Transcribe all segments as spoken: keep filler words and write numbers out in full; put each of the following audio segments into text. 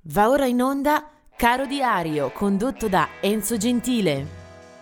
Va ora in onda Caro Diario, condotto da Enzo Gentile.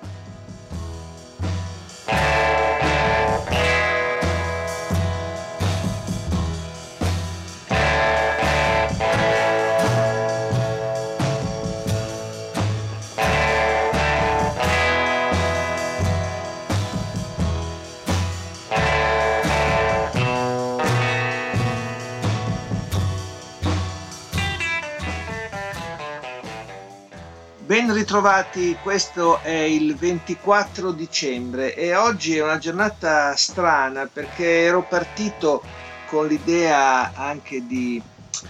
Ben ritrovati, questo è il ventiquattro dicembre e oggi è una giornata strana perché ero partito con l'idea anche di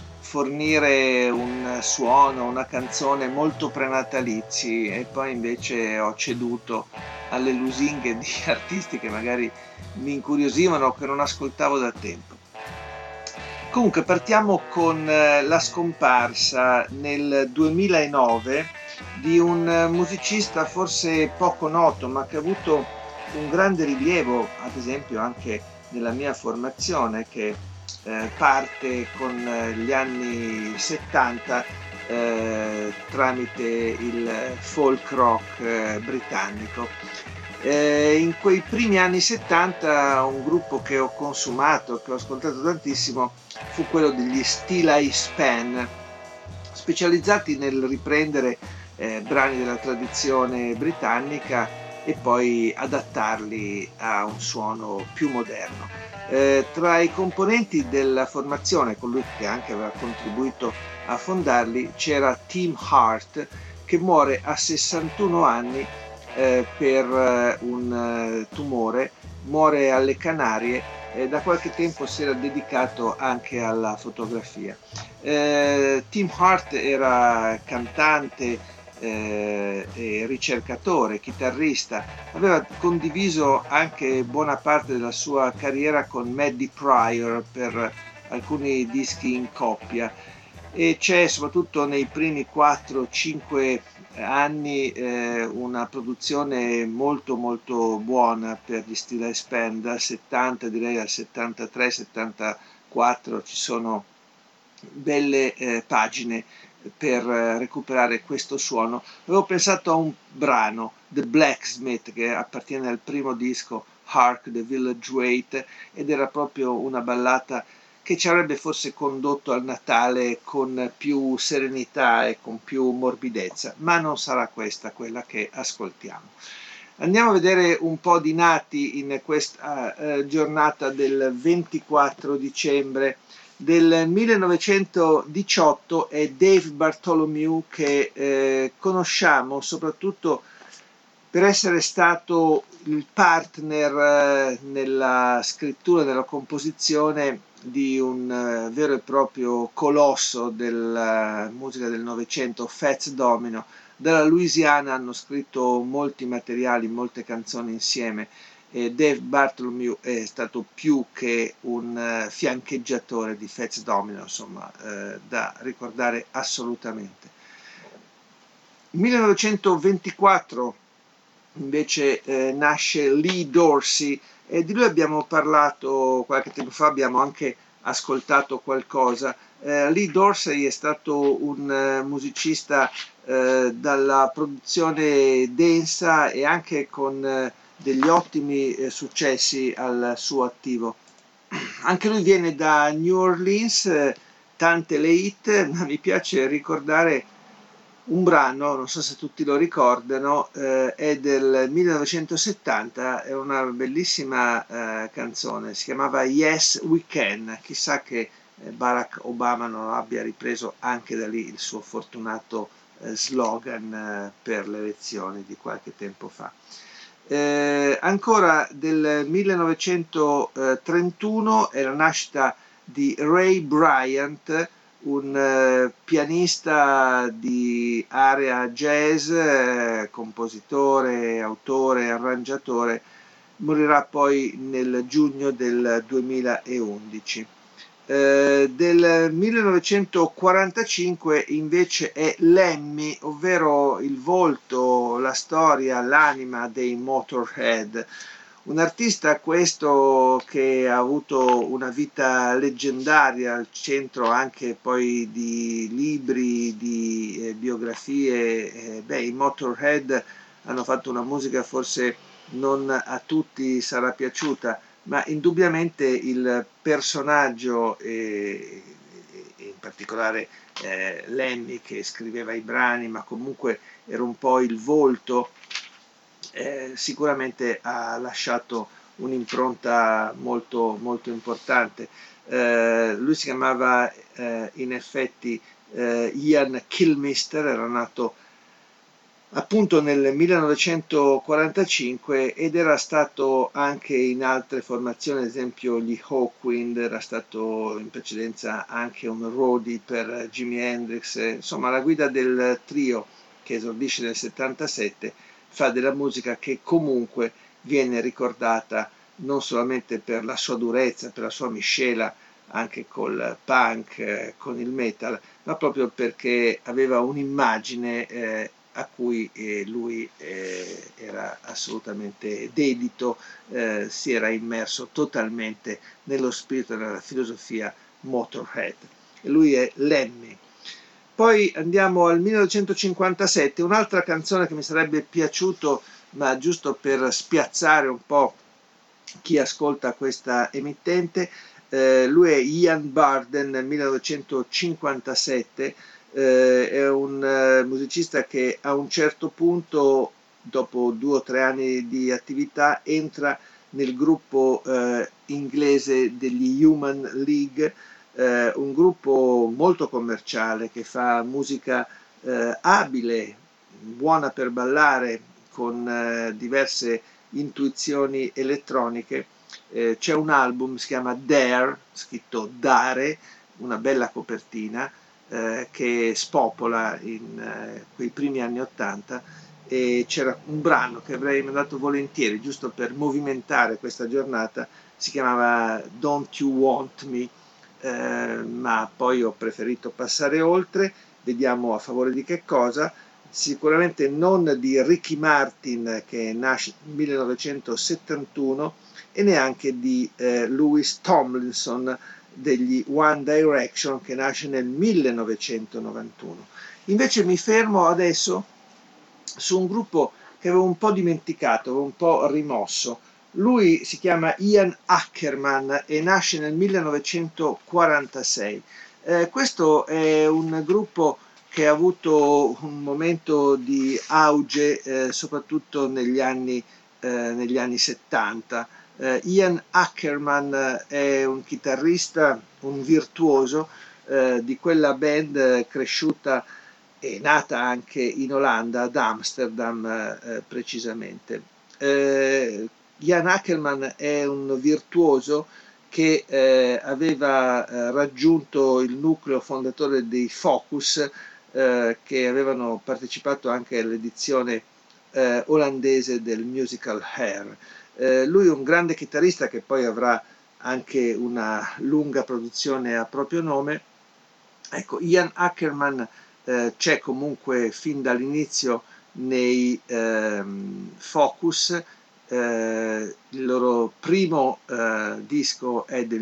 fornire un suono, una canzone molto prenatalizi e poi invece ho ceduto alle lusinghe di artisti che magari mi incuriosivano o che non ascoltavo da tempo. Comunque partiamo con la scomparsa nel duemilanove di un musicista forse poco noto ma che ha avuto un grande rilievo ad esempio anche nella mia formazione, che eh, parte con gli anni settanta eh, tramite il folk rock eh, britannico. Eh, in quei primi anni settanta un gruppo che ho consumato, che ho ascoltato tantissimo, fu quello degli Steel Eye Span, specializzati nel riprendere eh, brani della tradizione britannica e poi adattarli a un suono più moderno. Eh, tra i componenti della formazione, colui che anche aveva contribuito a fondarli, c'era Tim Hart, che muore a sessantuno anni eh, per eh, un eh, tumore, muore alle Canarie. Eh, da qualche tempo si era dedicato anche alla fotografia. Eh, Tim Hart era cantante eh, e ricercatore, chitarrista, aveva condiviso anche buona parte della sua carriera con Maddie Pryor per alcuni dischi in coppia e c'è soprattutto nei primi quattro cinque anni eh, una produzione molto molto buona per gli Steel Eye Span. Dal settanta direi al settantatré settantaquattro ci sono belle eh, pagine per eh, recuperare questo suono. Avevo pensato a un brano, The Blacksmith, che appartiene al primo disco Hark the Village Wait, ed era proprio una ballata che ci avrebbe forse condotto al Natale con più serenità e con più morbidezza, ma non sarà questa quella che ascoltiamo. Andiamo a vedere un po' di nati in questa eh, giornata del ventiquattro dicembre. Del millenovecentodiciotto è Dave Bartholomew, che eh, conosciamo soprattutto per essere stato il partner eh, nella scrittura, nella composizione di un uh, vero e proprio colosso della musica del Novecento, Fats Domino. Dalla Louisiana hanno scritto molti materiali, molte canzoni insieme e Dave Bartholomew è stato più che un uh, fiancheggiatore di Fats Domino, insomma, uh, da ricordare assolutamente. millenovecentoventiquattro invece eh, nasce Lee Dorsey e di lui abbiamo parlato qualche tempo fa, abbiamo anche ascoltato qualcosa. Eh, Lee Dorsey è stato un uh, musicista eh, dalla produzione densa e anche con eh, degli ottimi eh, successi al suo attivo. Anche lui viene da New Orleans, eh, tante le hit, ma mi piace ricordare un brano, non so se tutti lo ricordano, eh, è del millenovecentosettanta, è una bellissima eh, canzone, si chiamava Yes We Can. Chissà che eh, Barack Obama non abbia ripreso anche da lì il suo fortunato eh, slogan eh, per le elezioni di qualche tempo fa. Eh, ancora del millenovecentotrentuno è la nascita di Ray Bryant, un eh, pianista di area jazz, eh, compositore, autore, arrangiatore. Morirà poi nel giugno del duemilaundici. Eh, del millenovecentoquarantacinque invece è Lemmy, ovvero il volto, la storia, l'anima dei Motorhead, Un artista questo che ha avuto una vita leggendaria, al centro anche poi di libri, di eh, biografie. Eh, beh, i Motorhead hanno fatto una musica forse non a tutti sarà piaciuta, ma indubbiamente il personaggio e, e in particolare eh, Lemmy che scriveva i brani, ma comunque era un po' il volto, eh, sicuramente ha lasciato un'impronta molto, molto importante. Eh, lui si chiamava eh, in effetti eh, Ian Kilmister, era nato appunto nel millenovecentoquarantacinque ed era stato anche in altre formazioni, ad esempio gli Hawkwind, era stato in precedenza anche un roadie per Jimi Hendrix, insomma la guida del trio che esordisce nel settantasette fa della musica che comunque viene ricordata non solamente per la sua durezza, per la sua miscela anche col punk, eh, con il metal, ma proprio perché aveva un'immagine eh, a cui eh, lui eh, era assolutamente dedito, eh, si era immerso totalmente nello spirito e nella filosofia Motorhead. E lui è Lemmy. Poi andiamo al millenovecentocinquantasette, un'altra canzone che mi sarebbe piaciuto, ma giusto per spiazzare un po' chi ascolta questa emittente, eh, lui è Ian Burden nel millenovecentocinquantasette, eh, è un eh, musicista che a un certo punto, dopo due o tre anni di attività, entra nel gruppo eh, inglese degli Human League, eh, un gruppo molto commerciale che fa musica eh, abile, buona per ballare, con eh, diverse intuizioni elettroniche. Eh, c'è un album, si chiama Dare, scritto Dare, una bella copertina, eh, che spopola in eh, quei primi anni ottanta, e c'era un brano che avrei mandato volentieri, giusto per movimentare questa giornata, si chiamava Don't You Want Me, eh, ma poi ho preferito passare oltre, vediamo a favore di che cosa. Sicuramente non di Ricky Martin che nasce nel millenovecentosettantuno e neanche di eh, Louis Tomlinson degli One Direction che nasce nel millenovecentonovantuno. Invece mi fermo adesso su un gruppo che avevo un po' dimenticato, avevo un po' rimosso. Lui si chiama Ian Ackerman e nasce nel millenovecentoquarantasei. Eh, questo è un gruppo che ha avuto un momento di auge eh, soprattutto negli anni, eh, negli anni settanta. Eh, Ian Ackerman è un chitarrista, un virtuoso eh, di quella band cresciuta e nata anche in Olanda, ad Amsterdam eh, precisamente. Eh, Ian Ackerman è un virtuoso che eh, aveva eh, raggiunto il nucleo fondatore dei Focus, eh, che avevano partecipato anche all'edizione eh, olandese del musical Hair. Eh, lui è un grande chitarrista che poi avrà anche una lunga produzione a proprio nome. Ecco, Ian Ackerman eh, c'è comunque fin dall'inizio nei ehm, Focus. Eh, il loro primo eh, disco è del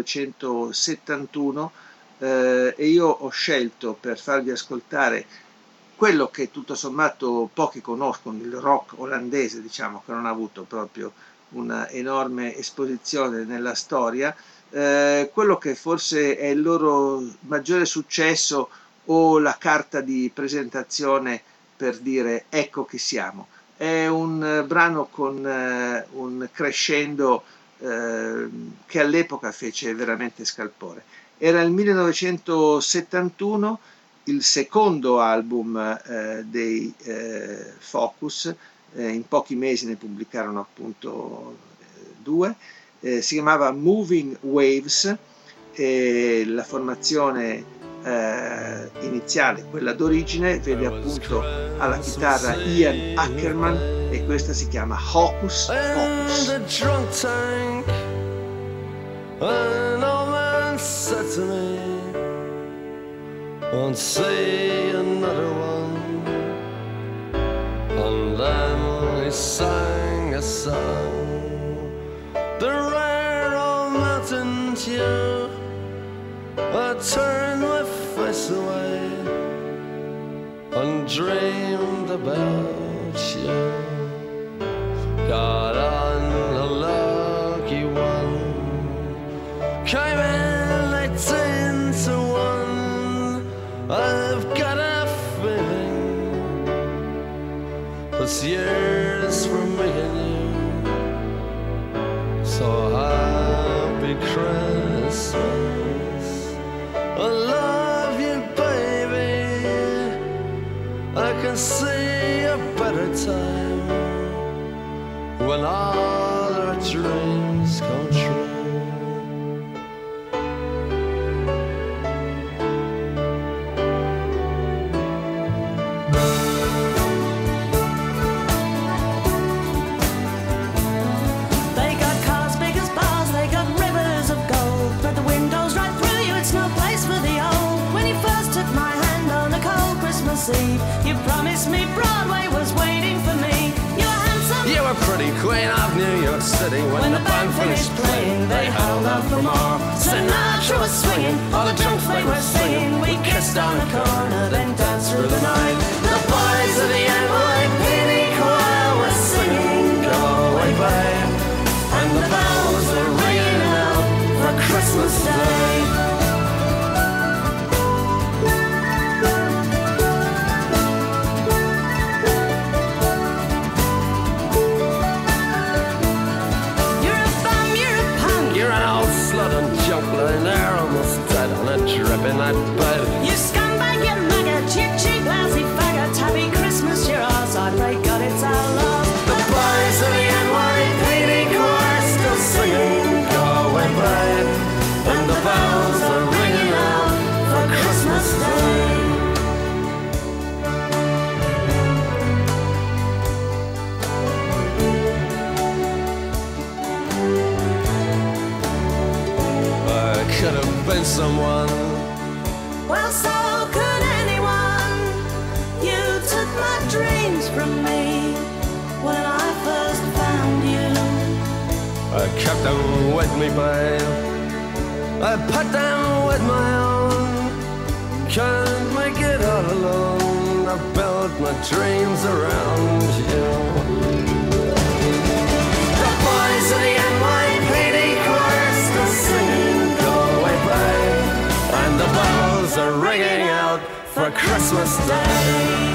millenovecentosettantuno eh, e io ho scelto per farvi ascoltare quello che tutto sommato pochi conoscono, il rock olandese, diciamo, che non ha avuto proprio una enorme esposizione nella storia, eh, quello che forse è il loro maggiore successo o la carta di presentazione per dire ecco chi siamo. È un eh, brano con eh, un crescendo eh, che all'epoca fece veramente scalpore. Era il millenovecentosettantuno, il secondo album eh, dei eh, Focus, eh, in pochi mesi ne pubblicarono appunto eh, due, eh, si chiamava Moving Waves, e la formazione eh, iniziale, quella d'origine, vede appunto alla chitarra Ian Ackerman e questa si chiama Hocus Pocus. Won't say another one, and then he sang a song. turned my face away and dreamed about you. Got on a lucky one, came in eighteen to one. I've got a feeling it's years for me and you. So happy Christmas, I love you, baby. I can see a better time when all our dreams come true. They got cars big as bars, they got rivers of gold, but the windows right through you, it's no place for the old. When you first took my hand on a cold Christmas Eve, you promised me Broadway was waiting for me. You were handsome, You were pretty queen of New York City. When, when the band finished playing, they held out for more. Sinatra was swinging, all the drunks they were singing. We kissed on the corner, then danced through the night. The boys of the N Y P D choir were singing, "Go Away Babe," and the bells were ringing out for Christmas Day. You're a bum, you're a punk, You're an old slut and junk lying there almost dead on a drip in that bed. you scumbag, you maggot, you cheap, lousy faggot. Happy Christmas, you're ours, I pray God it's our love. The boys of the N Y P D choir still singing, "Go Away Babe," and the bells are ringing out for Christmas Day. I could have been someone. Well, so could anyone. You took my dreams from me when I first found you. I kept them with me, babe. I put them with my own. Can't make it all alone. I built my dreams around you. The boys of the N Y P D choir still singing, "Go Away Babe," and the bells are ringing out for Christmas Day.